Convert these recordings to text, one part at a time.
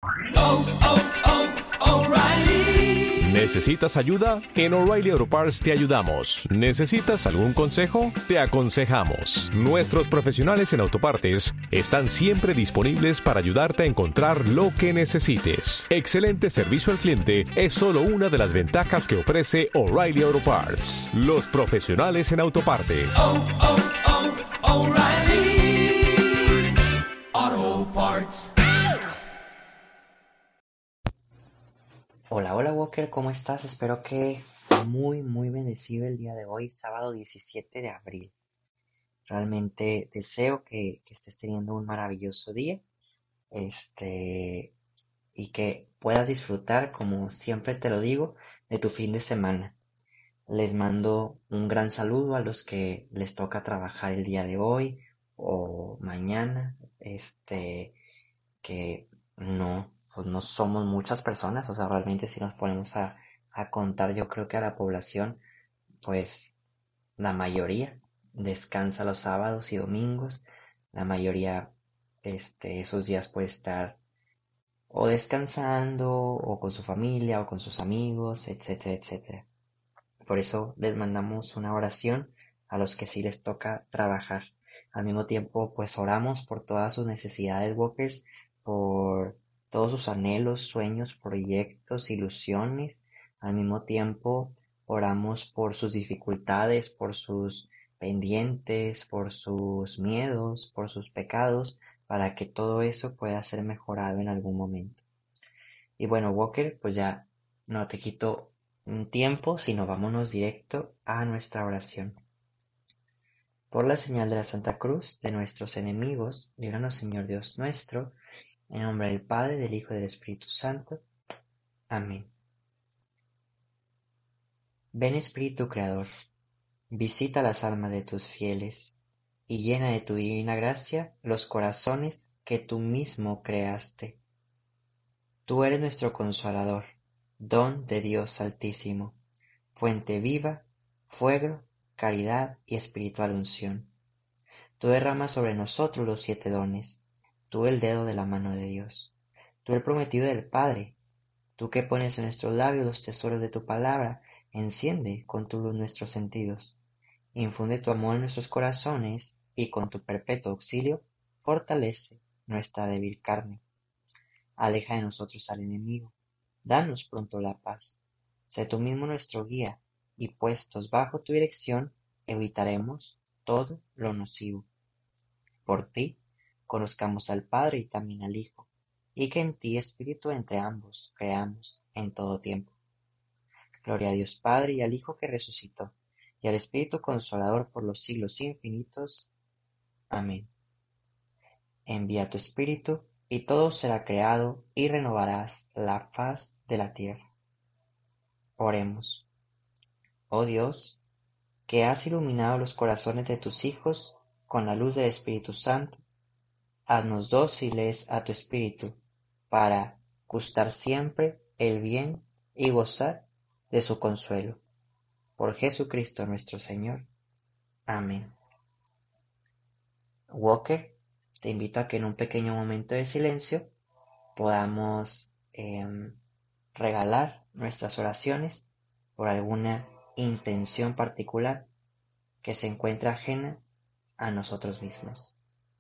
O'Reilly. ¿Necesitas ayuda? En O'Reilly Auto Parts te ayudamos. ¿Necesitas algún consejo? Te aconsejamos. Nuestros profesionales en autopartes están siempre disponibles para ayudarte a encontrar lo que necesites. Excelente servicio al cliente es solo una de las ventajas que ofrece O'Reilly Auto Parts. Los profesionales en autopartes. O'Reilly Auto Parts. Hola, hola Walker, ¿cómo estás? Espero que muy bendecido el día de hoy, sábado 17 de abril. Realmente deseo que estés teniendo un maravilloso día, y que puedas disfrutar, como siempre te lo digo, de tu fin de semana. Les mando un gran saludo a los que les toca trabajar el día de hoy o mañana, que pues no somos muchas personas, o sea, realmente si nos ponemos a contar, yo creo que a la población, pues la mayoría descansa los sábados y domingos, la mayoría, esos días puede estar o descansando, o con su familia, o con sus amigos, etcétera, etcétera. Por eso les mandamos una oración a los que sí les toca trabajar. Al mismo tiempo, pues oramos por todas sus necesidades, Walkers, por todos sus anhelos, sueños, proyectos, ilusiones. Al mismo tiempo, oramos por sus dificultades, por sus pendientes, por sus miedos, por sus pecados, para que todo eso pueda ser mejorado en algún momento. Y bueno, Walker, pues ya no te quito un tiempo, sino vámonos directo a nuestra oración. Por la señal de la Santa Cruz de nuestros enemigos, líbranos, Señor Dios nuestro, en nombre del Padre, del Hijo y del Espíritu Santo. Amén. Ven Espíritu Creador, visita las almas de tus fieles, y llena de tu divina gracia los corazones que tú mismo creaste. Tú eres nuestro Consolador, don de Dios Altísimo, fuente viva, fuego, caridad y espiritual unción. Tú derramas sobre nosotros los 7 dones, tú el dedo de la mano de Dios, tú el prometido del Padre, tú que pones en nuestros labios los tesoros de tu palabra, enciende con tu luz nuestros sentidos, infunde tu amor en nuestros corazones y con tu perpetuo auxilio fortalece nuestra débil carne. Aleja de nosotros al enemigo, danos pronto la paz. Sé tú mismo nuestro guía, y puestos bajo tu dirección, evitaremos todo lo nocivo. Por ti, conozcamos al Padre y también al Hijo, y que en ti, Espíritu, entre ambos, creamos en todo tiempo. Gloria a Dios Padre y al Hijo que resucitó, y al Espíritu Consolador por los siglos infinitos. Amén. Envía tu Espíritu, y todo será creado, y renovarás la faz de la tierra. Oremos. Oh Dios, que has iluminado los corazones de tus hijos con la luz del Espíritu Santo, haznos dóciles a tu Espíritu, para gustar siempre el bien y gozar de su consuelo. Por Jesucristo nuestro Señor. Amén. Walker, te invito a que en un pequeño momento de silencio podamos regalar nuestras oraciones por alguna intención particular que se encuentra ajena a nosotros mismos.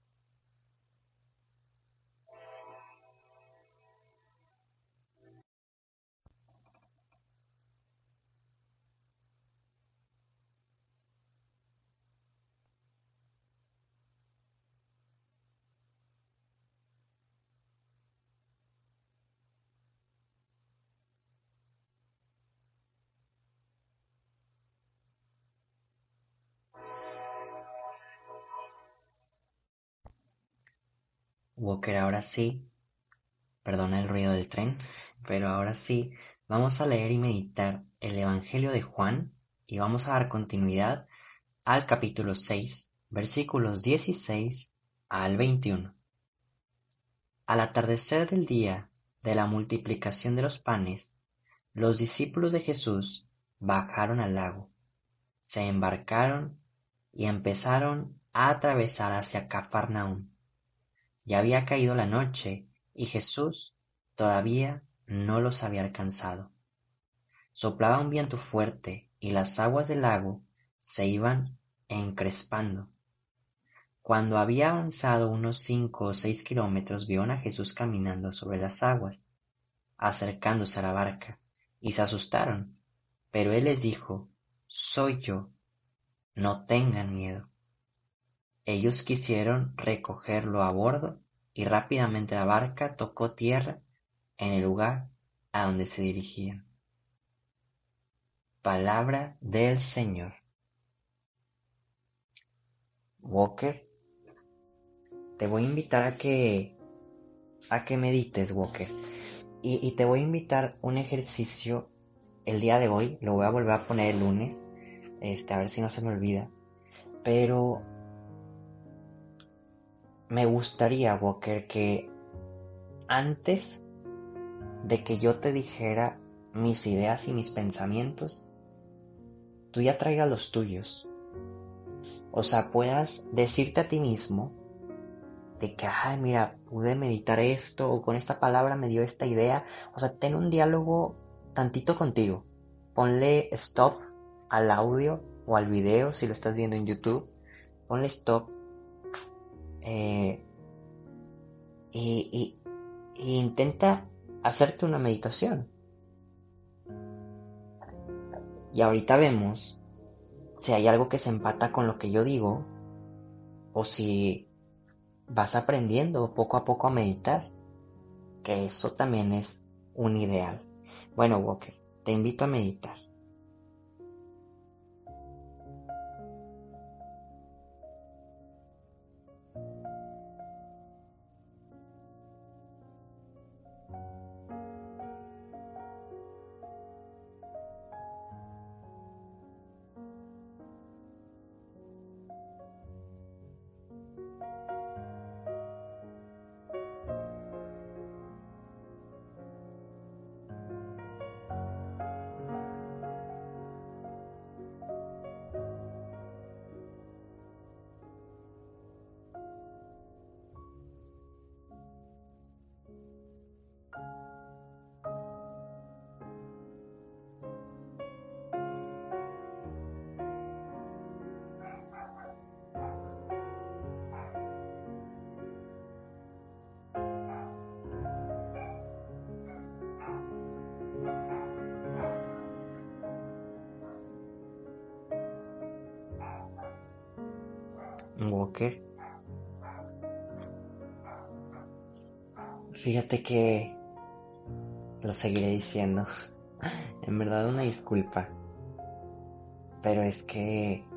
Walker, ahora sí, perdona el ruido del tren, pero ahora sí, vamos a leer y meditar el Evangelio de Juan y vamos a dar continuidad al capítulo 6, versículos 16 al 21. Al atardecer del día de la multiplicación de los panes, los discípulos de Jesús bajaron al lago, se embarcaron y empezaron a atravesar hacia Cafarnaúm. Ya había caído la noche y Jesús todavía no los había alcanzado. Soplaba un viento fuerte y las aguas del lago se iban encrespando. Cuando había avanzado unos 5 o 6 kilómetros, vieron a Jesús caminando sobre las aguas, acercándose a la barca, y se asustaron. Pero él les dijo: «Soy yo, no tengan miedo». Ellos quisieron recogerlo a bordo, y rápidamente la barca tocó tierra en el lugar a donde se dirigían. Palabra del Señor. Walker, te voy a invitar a que medites, Walker. Y te voy a invitar un ejercicio el día de hoy. Lo voy a volver a poner el lunes, a ver si no se me olvida. Pero me gustaría, Walker, que antes de que yo te dijera mis ideas y mis pensamientos, tú ya traigas los tuyos. O sea, puedas decirte a ti mismo de que, ay, mira, pude meditar esto, o con esta palabra me dio esta idea. O sea, ten un diálogo tantito contigo. Ponle stop al audio o al video si lo estás viendo en YouTube. Ponle stop. Y intenta hacerte una meditación. Y ahorita vemos si hay algo que se empata con lo que yo digo, o si vas aprendiendo poco a poco a meditar, que eso también es un ideal. Bueno, Walker, te invito a meditar. Walker, fíjate que lo seguiré diciendo. En verdad, una disculpa, pero es que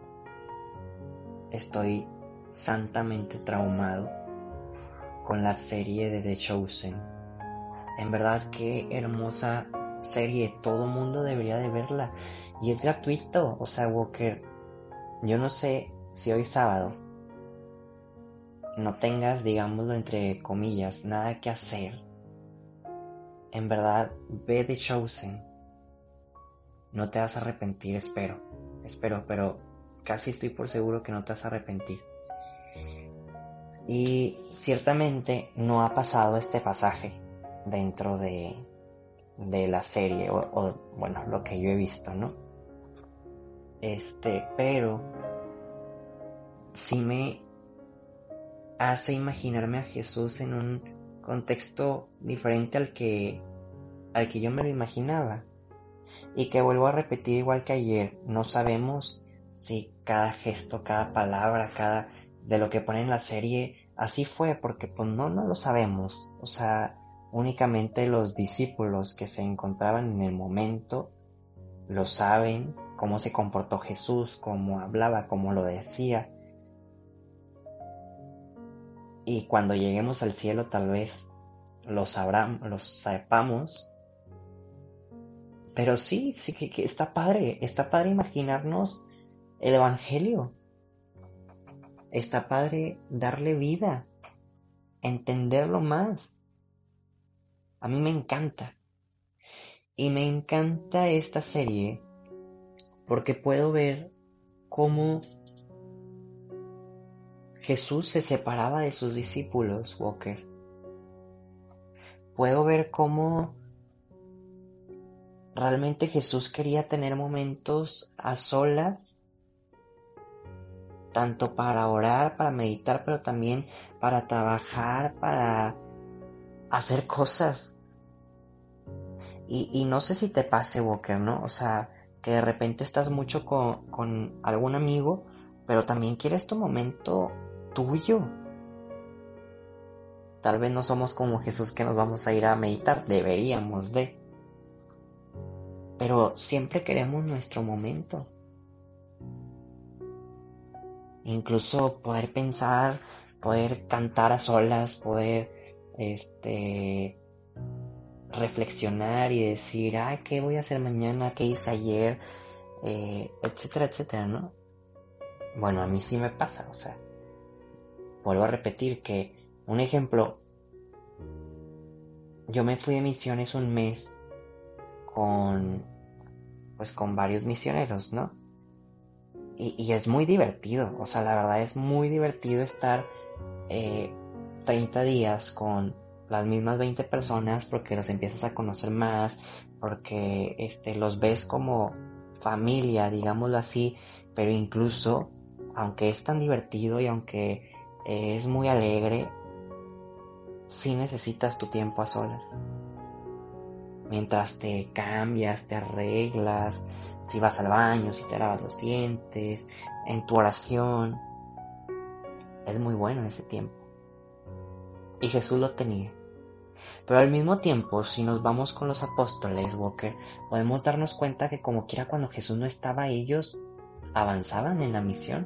estoy santamente traumado con la serie de The Chosen. En verdad, qué hermosa serie, todo mundo debería de verla, y es gratuito. O sea, Walker, yo no sé si hoy sábado no tengas, digámoslo entre comillas, nada que hacer. En verdad, ve The Chosen. No te vas a arrepentir, espero, pero casi estoy por seguro que no te vas a arrepentir. Y ciertamente no ha pasado este pasaje dentro de la serie, o bueno, lo que yo he visto, ¿no? Pero sí me hace imaginarme a Jesús en un contexto diferente al que yo me lo imaginaba. Y que vuelvo a repetir igual que ayer, no sabemos si cada gesto, cada palabra, cada de lo que pone en la serie así fue, porque pues no lo sabemos. O sea, únicamente los discípulos que se encontraban en el momento lo saben, cómo se comportó Jesús, cómo hablaba, cómo lo decía. Y cuando lleguemos al cielo tal vez lo sepamos. Pero sí que está padre imaginarnos el Evangelio. Está padre darle vida, entenderlo más. A mí me encanta. Y me encanta esta serie porque puedo ver cómo Jesús se separaba de sus discípulos, Walker. puedo ver cómo realmente Jesús quería tener momentos a solas, tanto para orar, para meditar, pero también para trabajar, para hacer cosas. Y no sé si te pase, Walker, ¿no? O sea, que de repente estás mucho con algún amigo, pero también quieres tu momento tuyo. Tal vez no somos como Jesús que nos vamos a ir a meditar, deberíamos de. Pero siempre queremos nuestro momento. Incluso poder pensar, poder cantar a solas, poder, reflexionar y decir, ay, ¿qué voy a hacer mañana? ¿Qué hice ayer? Etcétera, etcétera, ¿no? Bueno, a mí sí me pasa, o sea, vuelvo a repetir que un ejemplo, yo me fui de misiones un mes con, pues con varios misioneros, ¿no? Y es muy divertido, o sea, la verdad es muy divertido estar 30 días con las mismas 20 personas porque los empiezas a conocer más, porque los ves como familia, digámoslo así, pero incluso, aunque es tan divertido y aunque es muy alegre, sí necesitas tu tiempo a solas. Mientras te cambias, te arreglas, si vas al baño, si te lavas los dientes, en tu oración, es muy bueno ese tiempo. Y Jesús lo tenía. Pero al mismo tiempo, si nos vamos con los apóstoles, Walker, podemos darnos cuenta que como quiera cuando Jesús no estaba, ellos avanzaban en la misión.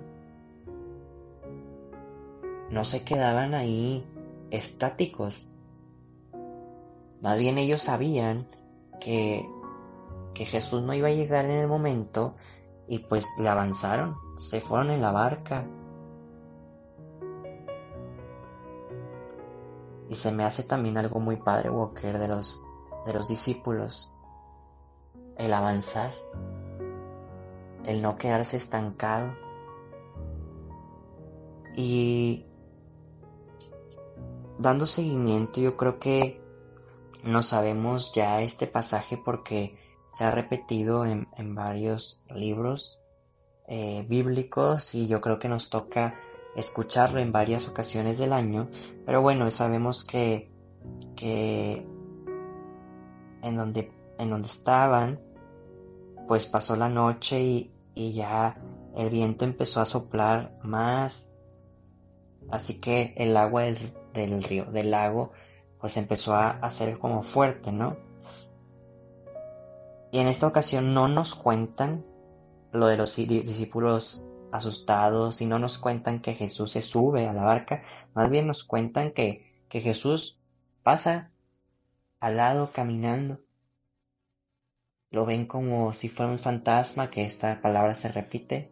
No se quedaban ahí estáticos. Más bien ellos sabían que, que Jesús no iba a llegar en el momento y pues le avanzaron, se fueron en la barca. Y se me hace también algo muy padre, Walker, de los discípulos. El avanzar, el no quedarse estancado. Y dando seguimiento, yo creo que no sabemos ya este pasaje porque se ha repetido en varios libros bíblicos y yo creo que nos toca escucharlo en varias ocasiones del año. Pero bueno, sabemos que en donde estaban, pues pasó la noche y ya el viento empezó a soplar más. Así que el agua del río, del lago, pues empezó a ser como fuerte, ¿no? Y en esta ocasión no nos cuentan lo de los discípulos asustados y no nos cuentan que Jesús se sube a la barca, más bien nos cuentan que Jesús pasa al lado caminando. Lo ven como si fuera un fantasma, que esta palabra se repite.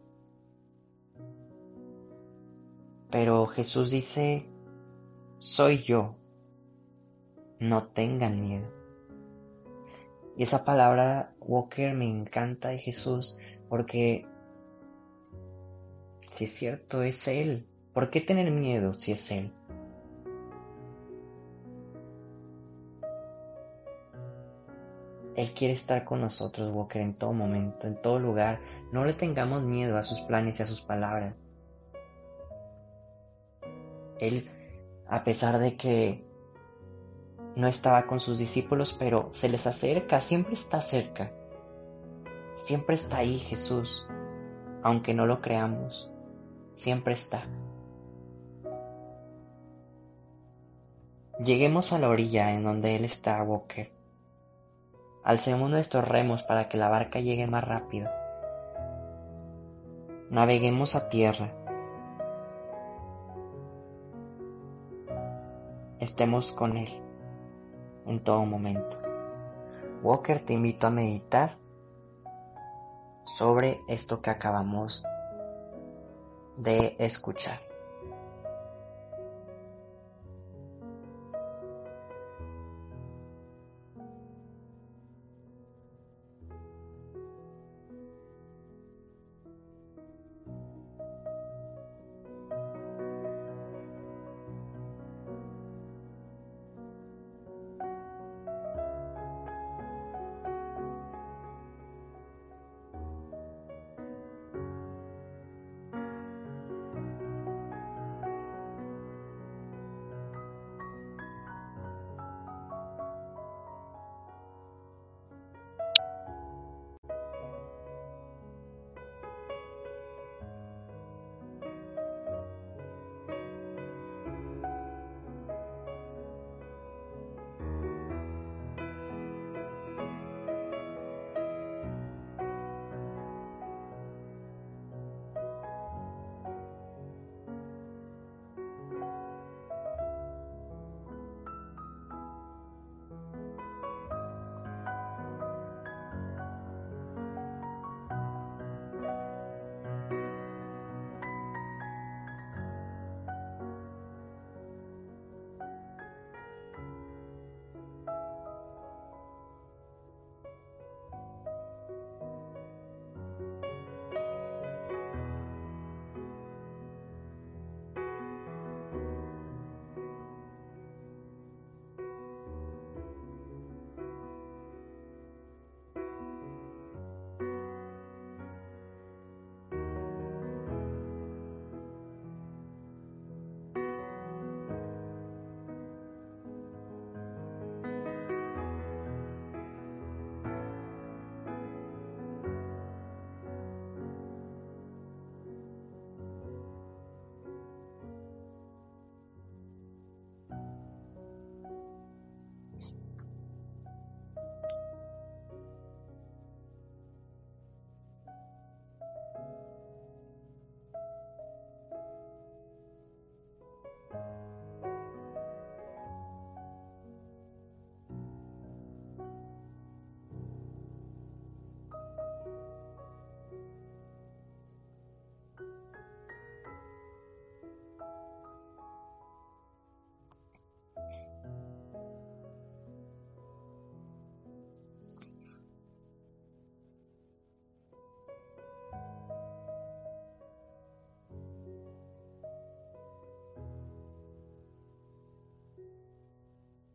Pero Jesús dice, soy yo, no tengan miedo. Y esa palabra, Walker, me encanta de Jesús porque si es cierto, es Él. ¿Por qué tener miedo si es Él? Él quiere estar con nosotros, Walker, en todo momento, en todo lugar. No le tengamos miedo a sus planes y a sus palabras. Él, a pesar de que no estaba con sus discípulos, pero se les acerca, siempre está cerca. Siempre está ahí Jesús, aunque no lo creamos, siempre está. Lleguemos a la orilla en donde Él está, Walker. Alcemos nuestros remos para que la barca llegue más rápido. Naveguemos a tierra. Estemos con Él en todo momento. Walker, te invito a meditar sobre esto que acabamos de escuchar.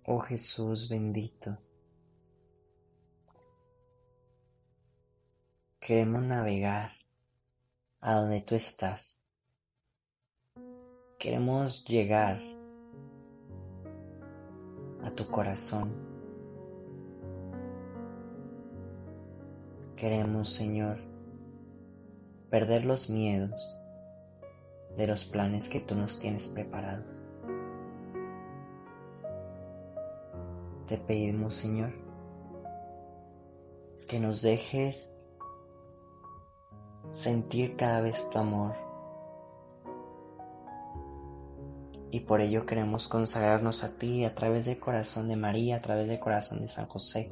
Oh Jesús bendito, queremos navegar a donde tú estás. Queremos llegar a tu corazón. Queremos, Señor, perder los miedos de los planes que tú nos tienes preparados. Te pedimos, Señor, que nos dejes sentir cada vez tu amor, y por ello queremos consagrarnos a ti a través del corazón de María, a través del corazón de San José,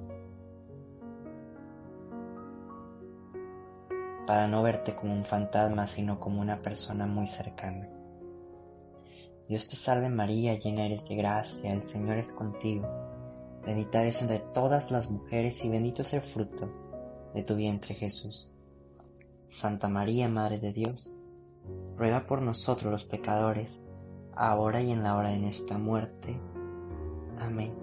para no verte como un fantasma, sino como una persona muy cercana. Dios te salve María, llena eres de gracia, el Señor es contigo. Bendita eres entre todas las mujeres y bendito es el fruto de tu vientre Jesús. Santa María, Madre de Dios, ruega por nosotros los pecadores, ahora y en la hora de nuestra muerte. Amén.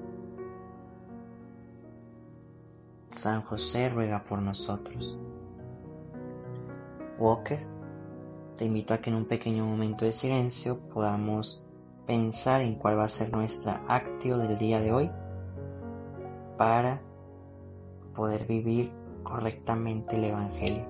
San José, ruega por nosotros. Walker, te invito a que en un pequeño momento de silencio podamos pensar en cuál va a ser nuestra actio del día de hoy para poder vivir correctamente el Evangelio.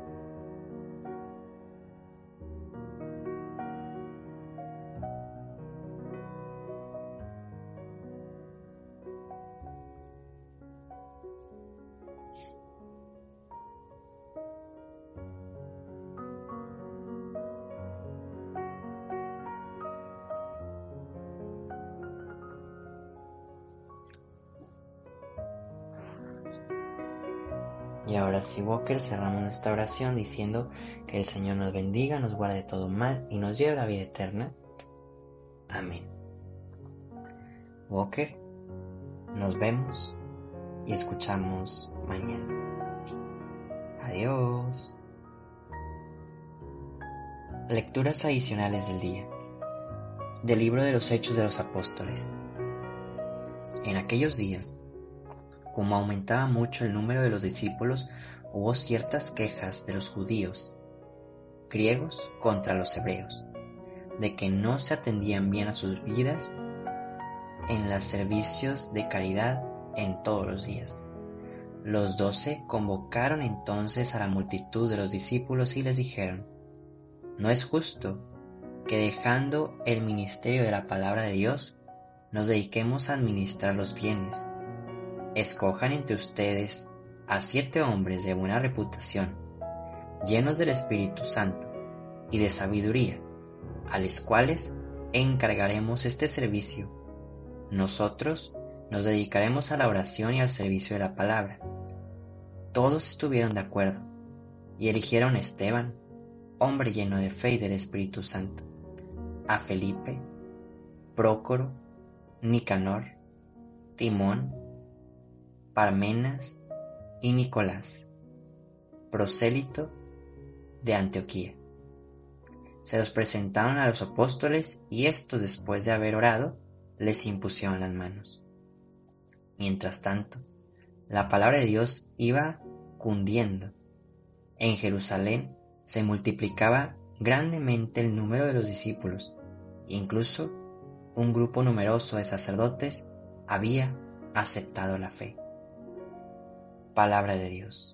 Y ahora sí, Walker, cerramos nuestra oración diciendo que el Señor nos bendiga, nos guarde de todo mal y nos lleve a la vida eterna. Amén. Walker, nos vemos y escuchamos mañana. Adiós. Lecturas adicionales del día. Del libro de los Hechos de los Apóstoles. En aquellos días, como aumentaba mucho el número de los discípulos, hubo ciertas quejas de los judíos griegos contra los hebreos, de que no se atendían bien a sus vidas en los servicios de caridad en todos los días. Los 12 convocaron entonces a la multitud de los discípulos y les dijeron: no es justo que dejando el ministerio de la palabra de Dios, nos dediquemos a administrar los bienes. Escojan entre ustedes a 7 hombres de buena reputación, llenos del Espíritu Santo y de sabiduría, a los cuales encargaremos este servicio. Nosotros nos dedicaremos a la oración y al servicio de la palabra. Todos estuvieron de acuerdo y eligieron a Esteban, hombre lleno de fe y del Espíritu Santo, a Felipe, Prócoro, Nicanor, Timón, Parmenas y Nicolás, prosélito de Antioquía. Se los presentaron a los apóstoles y estos, después de haber orado, les impusieron las manos. Mientras tanto, la palabra de Dios iba cundiendo. En Jerusalén se multiplicaba grandemente el número de los discípulos, incluso un grupo numeroso de sacerdotes había aceptado la fe. Palabra de Dios.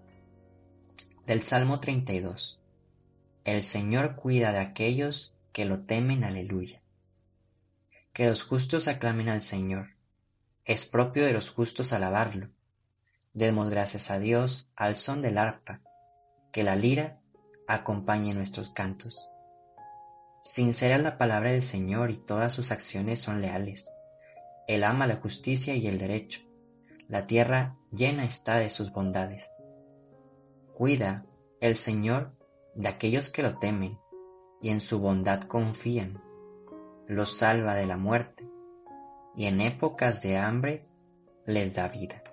Del Salmo 32. El Señor cuida de aquellos que lo temen, aleluya. Que los justos aclamen al Señor. Es propio de los justos alabarlo. Demos gracias a Dios al son del arpa. Que la lira acompañe nuestros cantos. Sincera es la palabra del Señor y todas sus acciones son leales. Él ama la justicia y el derecho. La tierra llena está de sus bondades. Cuida el Señor de aquellos que lo temen y en su bondad confían. Los salva de la muerte y en épocas de hambre les da vida.